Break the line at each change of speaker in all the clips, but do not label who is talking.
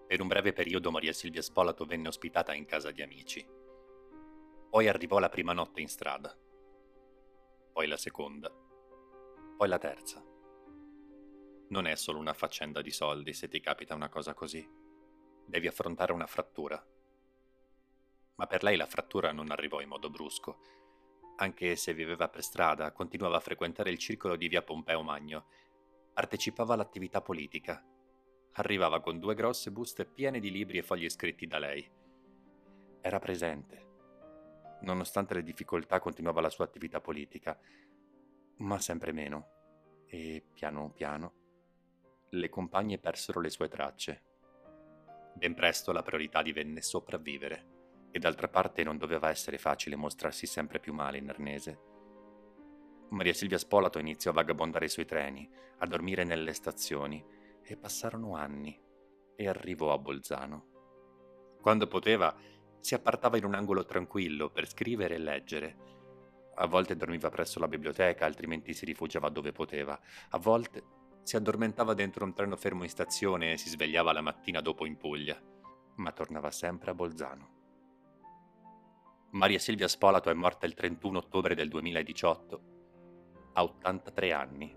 Per un breve periodo Maria Silvia Spolato venne ospitata in casa di amici. Poi arrivò la prima notte in strada, poi la seconda, poi la terza. Non è solo una faccenda di soldi se ti capita una cosa così. Devi affrontare una frattura. Ma per lei la frattura non arrivò in modo brusco. Anche se viveva per strada, continuava a frequentare il circolo di via Pompeo Magno. Partecipava all'attività politica. Arrivava con 2 grosse buste piene di libri e fogli scritti da lei. Era presente. Nonostante le difficoltà continuava la sua attività politica, ma sempre meno. E piano piano le compagne persero le sue tracce. Ben presto la priorità divenne sopravvivere, e d'altra parte non doveva essere facile mostrarsi sempre più male in arnese. Maria Silvia Spolato iniziò a vagabondare sui treni, a dormire nelle stazioni, e passarono anni, e arrivò a Bolzano. Quando poteva, si appartava in un angolo tranquillo per scrivere e leggere. A volte dormiva presso la biblioteca, altrimenti si rifugiava dove poteva. A volte si addormentava dentro un treno fermo in stazione e si svegliava la mattina dopo in Puglia, ma tornava sempre a Bolzano. Maria Silvia Spolato è morta il 31 ottobre del 2018, a 83 anni.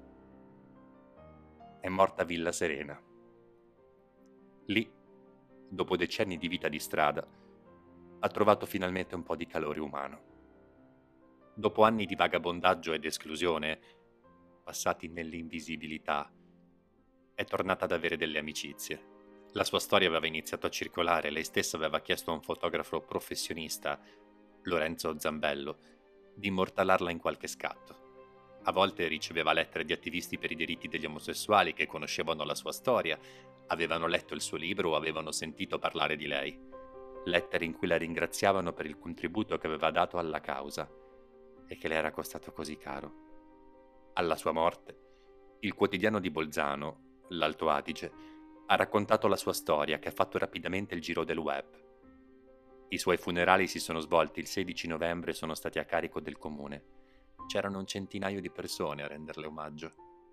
È morta a Villa Serena. Lì, dopo decenni di vita di strada, ha trovato finalmente un po' di calore umano. Dopo anni di vagabondaggio ed esclusione, passati nell'invisibilità, è tornata ad avere delle amicizie. La sua storia aveva iniziato a circolare, lei stessa aveva chiesto a un fotografo professionista, Lorenzo Zambello, di immortalarla in qualche scatto. A volte riceveva lettere di attivisti per i diritti degli omosessuali che conoscevano la sua storia, avevano letto il suo libro o avevano sentito parlare di lei. Lettere in cui la ringraziavano per il contributo che aveva dato alla causa e che le era costato così caro. Alla sua morte, il quotidiano di Bolzano, l'Alto Adige, ha raccontato la sua storia che ha fatto rapidamente il giro del web. I suoi funerali si sono svolti il 16 novembre e sono stati a carico del comune. C'erano un centinaio di persone a renderle omaggio.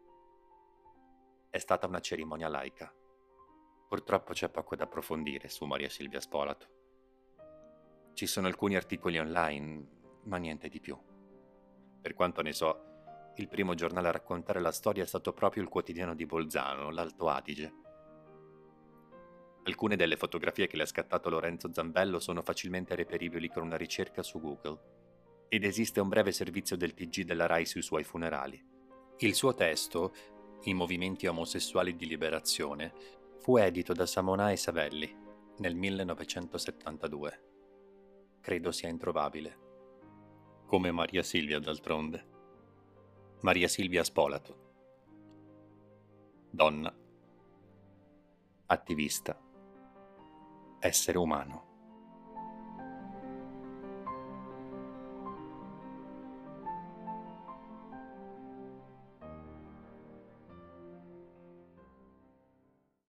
È stata una cerimonia laica. Purtroppo c'è poco da approfondire su Maria Silvia Spolato. Ci sono alcuni articoli online, ma niente di più. Per quanto ne so, il primo giornale a raccontare la storia è stato proprio il quotidiano di Bolzano, l'Alto Adige. Alcune delle fotografie che le ha scattato Lorenzo Zambello sono facilmente reperibili con una ricerca su Google. Ed esiste un breve servizio del TG della Rai sui suoi funerali. Il suo testo, I movimenti omosessuali di liberazione, fu edito da Samonà e Savelli nel 1972. Credo sia introvabile. Come Maria Silvia, d'altronde. Maria Silvia Spolato. Donna. Attivista. Essere umano.